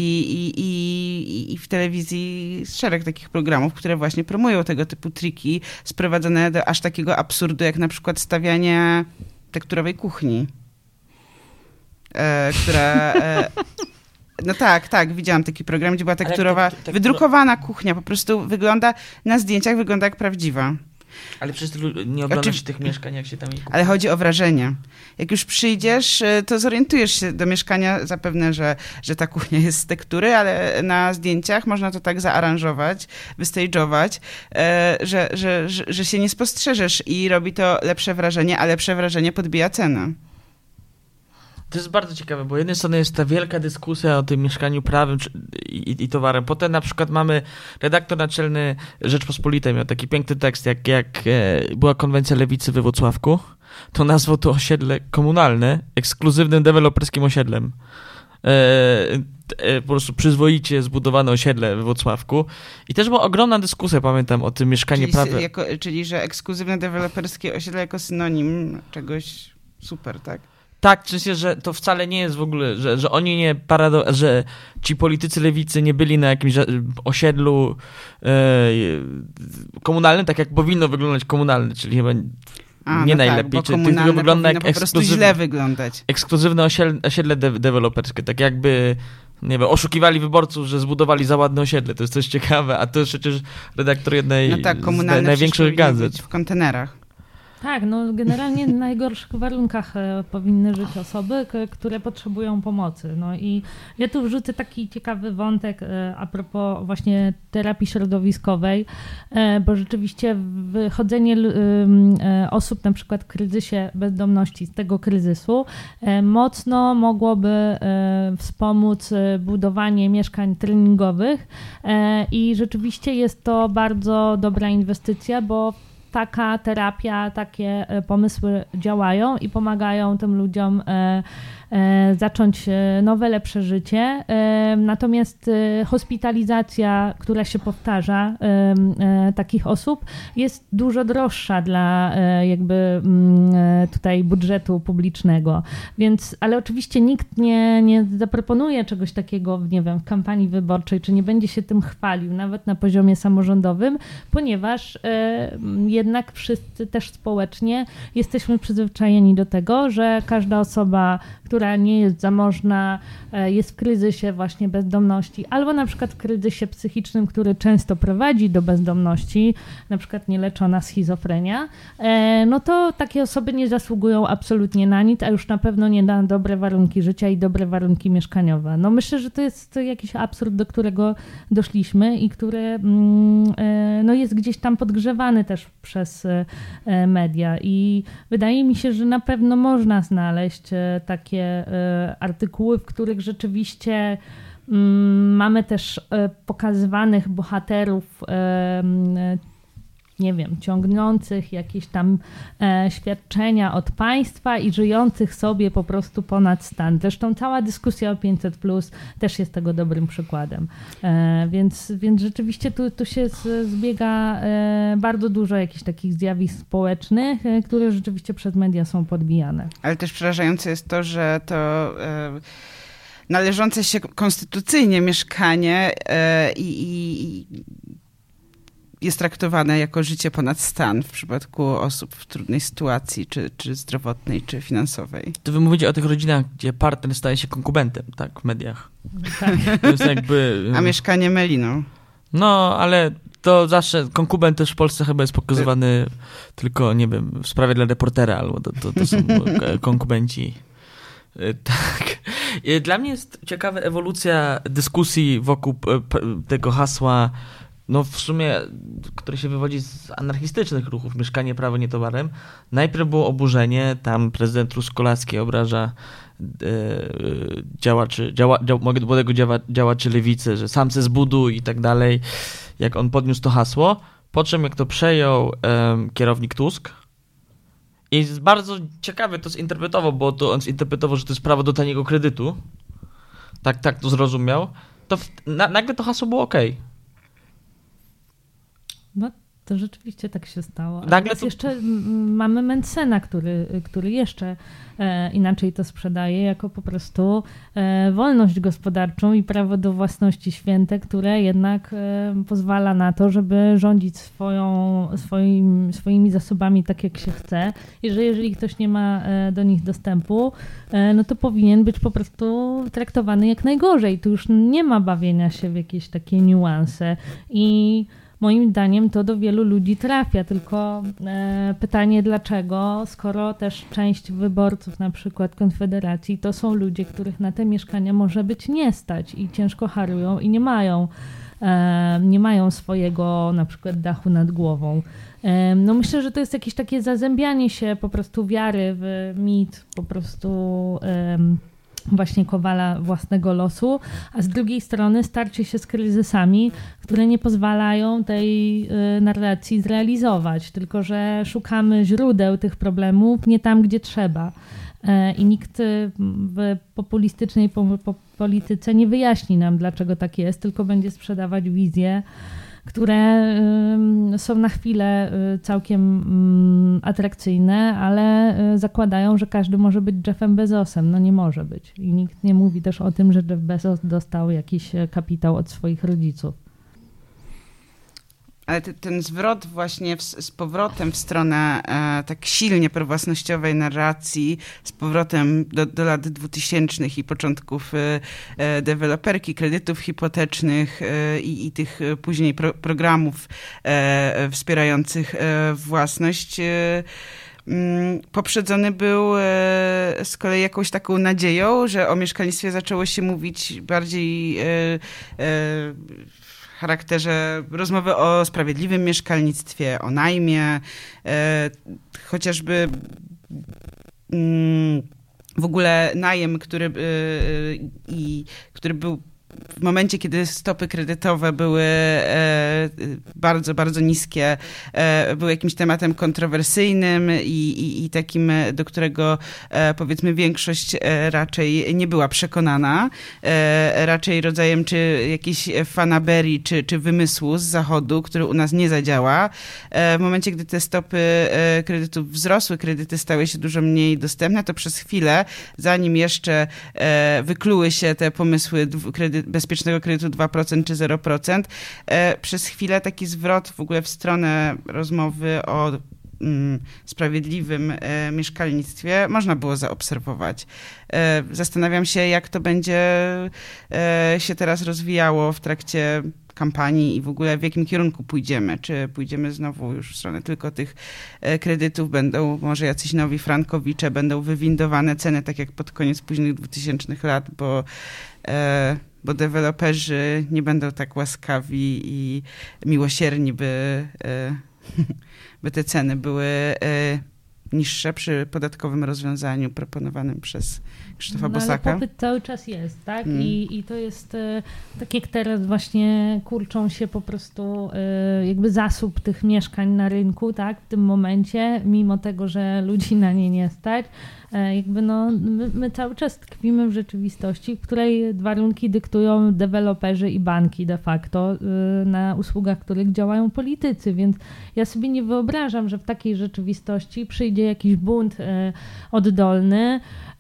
I w telewizji jest szereg takich programów, które właśnie promują tego typu triki sprowadzone do aż takiego absurdu, jak na przykład stawianie tekturowej kuchni, która... No tak, widziałam taki program, gdzie była tekturowa, wydrukowana kuchnia, po prostu wygląda, na zdjęciach wygląda jak prawdziwa. Ale przecież nie ogląda się tych mieszkań, jak się tam je kupuje. Ale chodzi o wrażenie. Jak już przyjdziesz, to zorientujesz się do mieszkania zapewne, że ta kuchnia jest z tektury, ale na zdjęciach można to tak zaaranżować, wystage'ować, że się nie spostrzeżesz i robi to lepsze wrażenie, a lepsze wrażenie podbija cenę. To jest bardzo ciekawe, bo z jednej strony jest ta wielka dyskusja o tym mieszkaniu prawym i towarem. Potem na przykład mamy redaktor naczelny Rzeczpospolitej, miał taki piękny tekst, jak była konwencja lewicy we Włocławku, to nazwał to osiedle komunalne ekskluzywnym deweloperskim osiedlem. Po prostu przyzwoicie zbudowane osiedle we Włocławku. I też była ogromna dyskusja, pamiętam, o tym mieszkaniu prawym. Czyli, że ekskluzywne deweloperskie osiedle jako synonim czegoś super, tak? Tak, w sensie, że to wcale nie jest w ogóle, że oni nie że ci politycy lewicy nie byli na jakimś osiedlu komunalnym, tak jak powinno wyglądać komunalne, czyli chyba nie najlepiej. Tak, czyli tylko wygląda jak po prostu źle wyglądać. Ekskluzywne osiedle deweloperskie, tak jakby nie wiem, oszukiwali wyborców, że zbudowali za ładne osiedle. To jest coś ciekawe, a to jest przecież redaktor jednej z największych gazet. W kontenerach. Tak, no generalnie w najgorszych warunkach powinny żyć osoby, które potrzebują pomocy. No i ja tu wrzucę taki ciekawy wątek a propos właśnie terapii środowiskowej, bo rzeczywiście wychodzenie osób na przykład w kryzysie bezdomności z tego kryzysu mocno mogłoby wspomóc budowanie mieszkań treningowych i rzeczywiście jest to bardzo dobra inwestycja, bo taka terapia, takie pomysły działają i pomagają tym ludziom zacząć nowe, lepsze życie. Natomiast hospitalizacja, która się powtarza takich osób, jest dużo droższa dla jakby tutaj budżetu publicznego. Więc, ale oczywiście nikt nie zaproponuje czegoś takiego, nie wiem, w kampanii wyborczej, czy nie będzie się tym chwalił, nawet na poziomie samorządowym, ponieważ jednak wszyscy też społecznie jesteśmy przyzwyczajeni do tego, że każda osoba, która nie jest zamożna, jest w kryzysie właśnie bezdomności, albo na przykład w kryzysie psychicznym, który często prowadzi do bezdomności, na przykład nieleczona schizofrenia, no to takie osoby nie zasługują absolutnie na nic, a już na pewno nie na dobre warunki życia i dobre warunki mieszkaniowe. No myślę, że to jest jakiś absurd, do którego doszliśmy i który no jest gdzieś tam podgrzewany też przez media i wydaje mi się, że na pewno można znaleźć takie artykuły, w których rzeczywiście Mamy też pokazywanych bohaterów, nie wiem, ciągnących jakieś tam świadczenia od państwa i żyjących sobie po prostu ponad stan. Zresztą cała dyskusja o 500+ też jest tego dobrym przykładem. Więc rzeczywiście tu się zbiega bardzo dużo jakichś takich zjawisk społecznych, które rzeczywiście przez media są podbijane. Ale też przerażające jest to, że to należące się konstytucyjnie mieszkanie i jest traktowane jako życie ponad stan w przypadku osób w trudnej sytuacji, czy zdrowotnej, czy finansowej. To wy mówicie o tych rodzinach, gdzie partner staje się konkubentem, tak, w mediach. Tak. To jest jakby... A mieszkanie meliną. No, ale to zawsze konkubent też w Polsce chyba jest pokazywany tylko, nie wiem, w sprawie dla reportera, albo to są konkubenci. Tak. Dla mnie jest ciekawa ewolucja dyskusji wokół tego hasła, no w sumie, które się wywodzi z anarchistycznych ruchów, mieszkanie, prawo, nie towarem. Najpierw było oburzenie, tam prezydent Truskolaski obraża młodego działaczy lewicy, że sam se zbuduj i tak dalej, jak on podniósł to hasło. Po czym jak to przejął kierownik Tusk i jest bardzo ciekawy to zinterpretował, bo to on zinterpretował, że to jest prawo do taniego kredytu. Tak to zrozumiał. To nagle to hasło było okej. No to rzeczywiście tak się stało. A Nagle teraz to... jeszcze mamy Mentzena, który jeszcze inaczej to sprzedaje, jako po prostu wolność gospodarczą i prawo do własności święte, które jednak pozwala na to, żeby rządzić swoimi zasobami tak, jak się chce. I że jeżeli ktoś nie ma do nich dostępu, no to powinien być po prostu traktowany jak najgorzej. Tu już nie ma bawienia się w jakieś takie niuanse i moim zdaniem to do wielu ludzi trafia, tylko pytanie dlaczego, skoro też część wyborców, na przykład Konfederacji, to są ludzie, których na te mieszkania może być nie stać i ciężko harują i nie mają swojego na przykład dachu nad głową. No myślę, że to jest jakieś takie zazębianie się po prostu wiary w mit, po prostu właśnie Kowala własnego losu, a z drugiej strony starcie się z kryzysami, które nie pozwalają tej narracji zrealizować, tylko że szukamy źródeł tych problemów nie tam, gdzie trzeba. I nikt w populistycznej polityce nie wyjaśni nam, dlaczego tak jest, tylko będzie sprzedawać wizje, które są na chwilę całkiem atrakcyjne, ale zakładają, że każdy może być Jeffem Bezosem. No nie może być. I nikt nie mówi też o tym, że Jeff Bezos dostał jakiś kapitał od swoich rodziców. Ale ten zwrot właśnie z powrotem w stronę tak silnie prowłasnościowej narracji, z powrotem do lat 2000 i początków deweloperki, kredytów hipotecznych i tych później programów wspierających własność, poprzedzony był z kolei jakąś taką nadzieją, że o mieszkalnictwie zaczęło się mówić bardziej w charakterze rozmowy o sprawiedliwym mieszkalnictwie, o najmie, chociażby w ogóle najem, który był w momencie, kiedy stopy kredytowe były bardzo, bardzo niskie, był jakimś tematem kontrowersyjnym i takim, do którego powiedzmy większość raczej nie była przekonana. Raczej rodzajem czy jakiejś fanaberii, czy wymysłu z zachodu, który u nas nie zadziała. W momencie, gdy te stopy kredytów wzrosły, kredyty stały się dużo mniej dostępne, to przez chwilę, zanim jeszcze wykluły się te pomysły bezpiecznego kredytu 2% czy 0%, przez chwilę taki zwrot w ogóle w stronę rozmowy o sprawiedliwym mieszkalnictwie można było zaobserwować. Zastanawiam się, jak to będzie się teraz rozwijało w trakcie kampanii i w ogóle w jakim kierunku pójdziemy. Czy pójdziemy znowu już w stronę tylko tych kredytów, będą może jacyś nowi frankowicze, będą wywindowane ceny, tak jak pod koniec późnych 2000 lat, bo deweloperzy nie będą tak łaskawi i miłosierni, by te ceny były niższe przy podatkowym rozwiązaniu proponowanym przez Krzysztofa Bosaka. Ale popyt cały czas jest, tak? I to jest tak jak teraz właśnie kurczą się po prostu jakby zasób tych mieszkań na rynku, tak? W tym momencie, mimo tego, że ludzi na nie nie stać, jakby my cały czas tkwimy w rzeczywistości, w której warunki dyktują deweloperzy i banki de facto, na usługach których działają politycy, więc ja sobie nie wyobrażam, że w takiej rzeczywistości przyjdzie jakiś bunt oddolny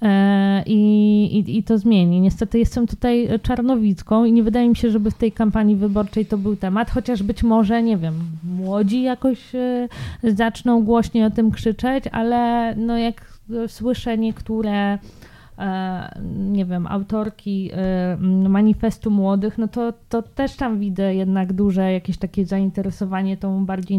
i to zmieni. Niestety jestem tutaj czarnowicką i nie wydaje mi się, żeby w tej kampanii wyborczej to był temat, chociaż być może, nie wiem, młodzi jakoś zaczną głośniej o tym krzyczeć, ale no jak słyszę niektóre nie wiem, autorki manifestu młodych, no to też tam widzę jednak duże jakieś takie zainteresowanie tą bardziej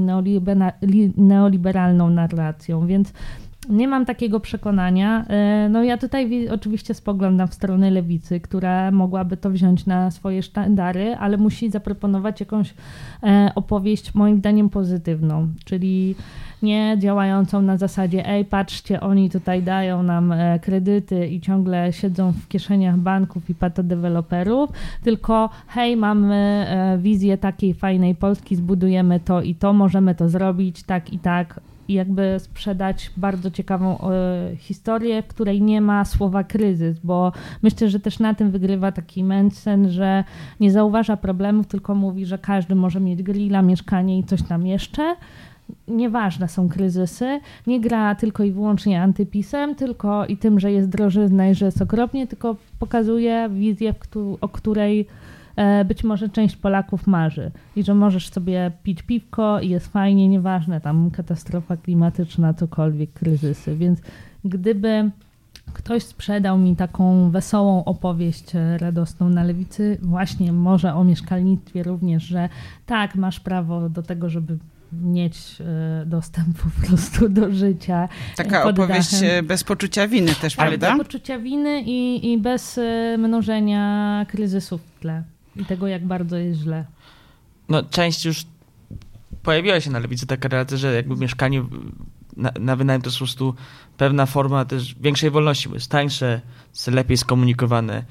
neoliberalną narracją, więc nie mam takiego przekonania. No ja tutaj oczywiście spoglądam w stronę lewicy, która mogłaby to wziąć na swoje sztandary, ale musi zaproponować jakąś opowieść moim zdaniem pozytywną, czyli nie działającą na zasadzie patrzcie, oni tutaj dają nam kredyty i ciągle siedzą w kieszeniach banków i patodeweloperów, tylko hej, mamy wizję takiej fajnej Polski, zbudujemy to i to, możemy to zrobić tak i tak, i jakby sprzedać bardzo ciekawą historię, w której nie ma słowa kryzys, bo myślę, że też na tym wygrywa taki Mencen, że nie zauważa problemów, tylko mówi, że każdy może mieć grilla, mieszkanie i coś tam jeszcze. Nieważne są kryzysy, nie gra tylko i wyłącznie antypisem, tylko i tym, że jest drożyzna i że jest okropnie, tylko pokazuje wizję, o której być może część Polaków marzy i że możesz sobie pić piwko i jest fajnie, nieważne, tam katastrofa klimatyczna, cokolwiek, kryzysy, więc gdyby ktoś sprzedał mi taką wesołą opowieść radosną na lewicy, właśnie może o mieszkalnictwie również, że tak, masz prawo do tego, żeby mieć dostęp po prostu do życia. Taka opowieść dachem. Bez poczucia winy też, tak, prawda? Bez poczucia winy i bez mnożenia kryzysów w tle i tego, jak bardzo jest źle. No, część już pojawiła się na lewicy taka relacja, że jakby mieszkanie na wynajem to jest po prostu pewna forma też większej wolności, bo jest tańsze, jest lepiej skomunikowane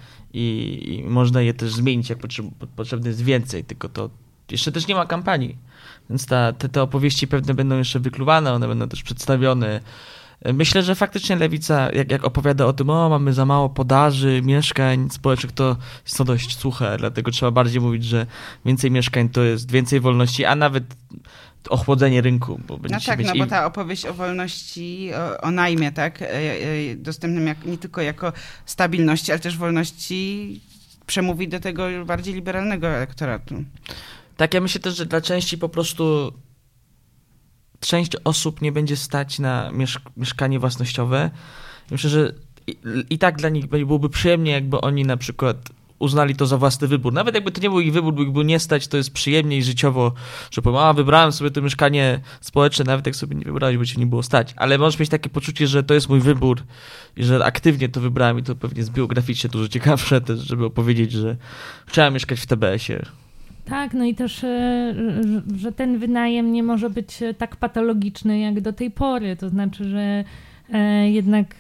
i można je też zmienić, jak potrzebne jest więcej, tylko to jeszcze też nie ma kampanii, więc te opowieści pewne będą jeszcze wykluwane, one będą też przedstawione. Myślę, że faktycznie lewica, jak opowiada o tym, mamy za mało podaży, mieszkań społecznych, to jest to dość suche, dlatego trzeba bardziej mówić, że więcej mieszkań to jest więcej wolności, a nawet ochłodzenie rynku. Bo bo ta opowieść o wolności, o najmie, tak, dostępnym nie tylko jako stabilności, ale też wolności przemówi do tego bardziej liberalnego elektoratu. Tak, ja myślę też, że dla części po prostu część osób nie będzie stać na mieszkanie własnościowe. Myślę, że i tak dla nich byłoby przyjemnie, jakby oni na przykład uznali to za własny wybór. Nawet jakby to nie był ich wybór, bo ich było nie stać, to jest przyjemniej życiowo, że powiem, wybrałem sobie to mieszkanie społeczne, nawet jak sobie nie wybrałeś, bo ci nie było stać. Ale możesz mieć takie poczucie, że to jest mój wybór i że aktywnie to wybrałem i to pewnie jest biograficznie dużo ciekawsze też, żeby opowiedzieć, że chciałem mieszkać w TBS-ie. Tak, no i też, że ten wynajem nie może być tak patologiczny jak do tej pory, to znaczy, że jednak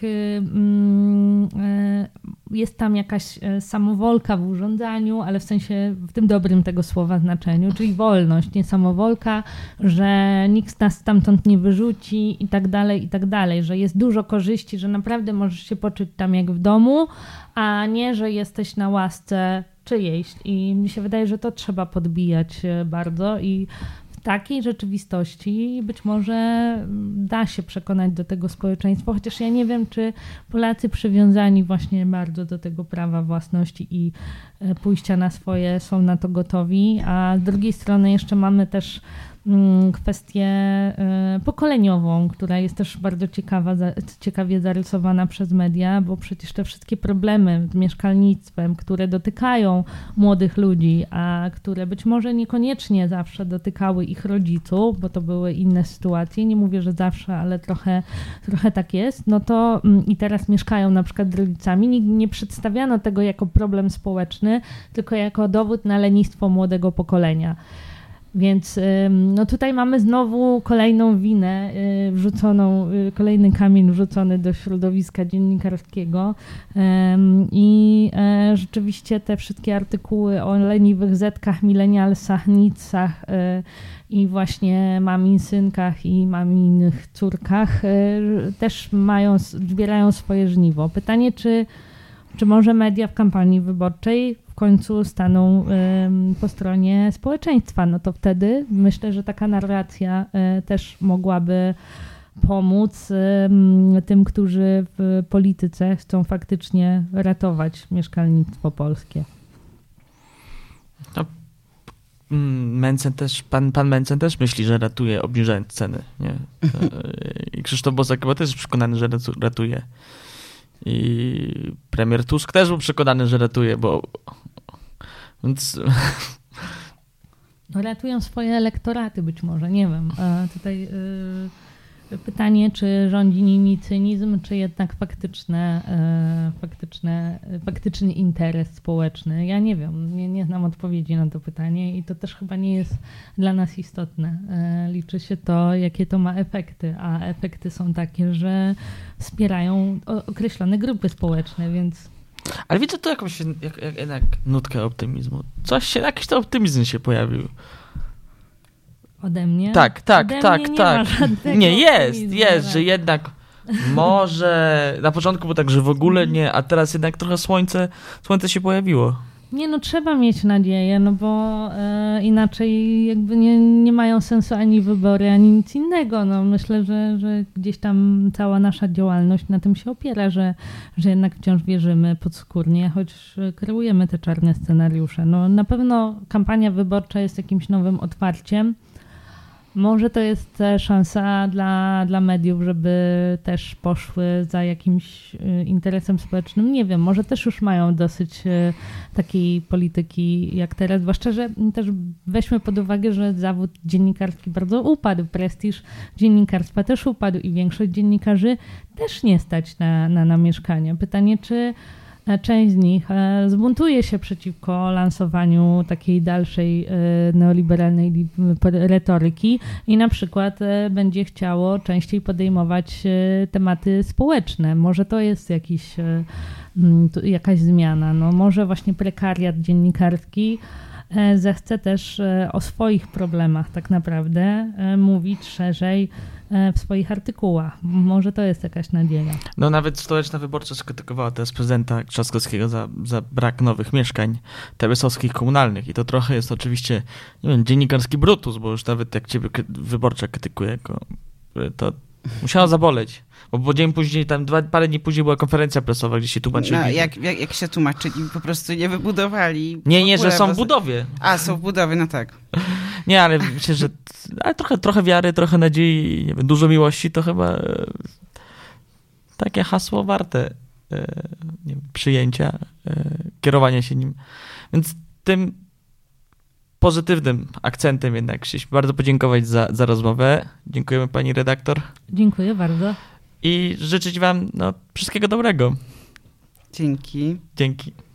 jest tam jakaś samowolka w urządzaniu, ale w sensie w tym dobrym tego słowa znaczeniu, czyli wolność, nie samowolka, że nikt nas stamtąd nie wyrzuci i tak dalej, że jest dużo korzyści, że naprawdę możesz się poczuć tam jak w domu, a nie, że jesteś na łasce czyjejś i mi się wydaje, że to trzeba podbijać bardzo i w takiej rzeczywistości być może da się przekonać do tego społeczeństwo, chociaż ja nie wiem, czy Polacy przywiązani właśnie bardzo do tego prawa własności i pójścia na swoje są na to gotowi, a z drugiej strony jeszcze mamy też kwestię pokoleniową, która jest też bardzo ciekawie zarysowana przez media, bo przecież te wszystkie problemy z mieszkalnictwem, które dotykają młodych ludzi, a które być może niekoniecznie zawsze dotykały ich rodziców, bo to były inne sytuacje, nie mówię, że zawsze, ale trochę tak jest, no to i teraz mieszkają na przykład z rodzicami, nie przedstawiano tego jako problem społeczny, tylko jako dowód na lenistwo młodego pokolenia. Więc no tutaj mamy znowu kolejną winę wrzuconą, kolejny kamień wrzucony do środowiska dziennikarskiego i rzeczywiście te wszystkie artykuły o leniwych zetkach, milenialsach, nicach i właśnie maminsynkach i maminych córkach też zbierają swoje żniwo. Pytanie, czy może media w kampanii wyborczej w końcu staną po stronie społeczeństwa? No to wtedy myślę, że taka narracja też mogłaby pomóc tym, którzy w polityce chcą faktycznie ratować mieszkalnictwo polskie. No, Mencen też, pan Mencen też myśli, że ratuje, obniżając ceny. Nie? I Krzysztof Bosak chyba też jest przekonany, że ratuje. I premier Tusk też był przekonany, że ratuje, bo... Więc... Ratują swoje elektoraty być może, nie wiem. Tutaj pytanie, czy rządzi nimi cynizm, czy jednak faktyczny interes społeczny. Ja nie wiem, nie znam odpowiedzi na to pytanie i to też chyba nie jest dla nas istotne. Liczy się to, jakie to ma efekty, a efekty są takie, że wspierają określone grupy społeczne, więc... Ale widzę tu jakąś jednak nutkę optymizmu. Jakiś to optymizm się pojawił. Ode mnie? Tak. Nie, jest, ale... że jednak może na początku było tak, że w ogóle nie, a teraz jednak trochę słońce się pojawiło. Nie, no trzeba mieć nadzieję, no bo inaczej jakby nie mają sensu ani wybory, ani nic innego. No myślę, że gdzieś tam cała nasza działalność na tym się opiera, że jednak wciąż wierzymy podskórnie, choć kreujemy te czarne scenariusze. No na pewno kampania wyborcza jest jakimś nowym otwarciem. Może to jest szansa dla mediów, żeby też poszły za jakimś interesem społecznym. Nie wiem, może też już mają dosyć takiej polityki jak teraz, zwłaszcza, że też weźmy pod uwagę, że zawód dziennikarski bardzo upadł, prestiż dziennikarstwa też upadł i większość dziennikarzy też nie stać na mieszkanie. Pytanie, czy część z nich zbuntuje się przeciwko lansowaniu takiej dalszej neoliberalnej retoryki i na przykład będzie chciało częściej podejmować tematy społeczne. Może to jest jakaś zmiana. No, może właśnie prekariat dziennikarski zechce też o swoich problemach tak naprawdę mówić szerzej w swoich artykułach. Może to jest jakaś nadzieja. No nawet Stołeczna Wyborcza skrytykowała teraz prezydenta Trzaskowskiego za brak nowych mieszkań TBS-owskich komunalnych i to trochę jest oczywiście, nie wiem, dziennikarski brutus, bo już nawet jak ciebie Wyborcza krytykuje, to musiało zaboleć. Bo dzień później, parę dni później była konferencja prasowa, gdzie się tłumaczyli. No, jak się tłumaczyli, po prostu nie wybudowali. Nie, że są w budowie. A, są w budowie, no tak. Nie, ale myślę, że trochę wiary, trochę nadziei, nie wiem, dużo miłości, to chyba takie hasło warte nie wiem, przyjęcia, kierowania się nim. Więc tym pozytywnym akcentem jednak chcieliśmy bardzo podziękować za rozmowę. Dziękujemy pani redaktor. Dziękuję bardzo. I życzyć wam wszystkiego dobrego. Dzięki. Dzięki.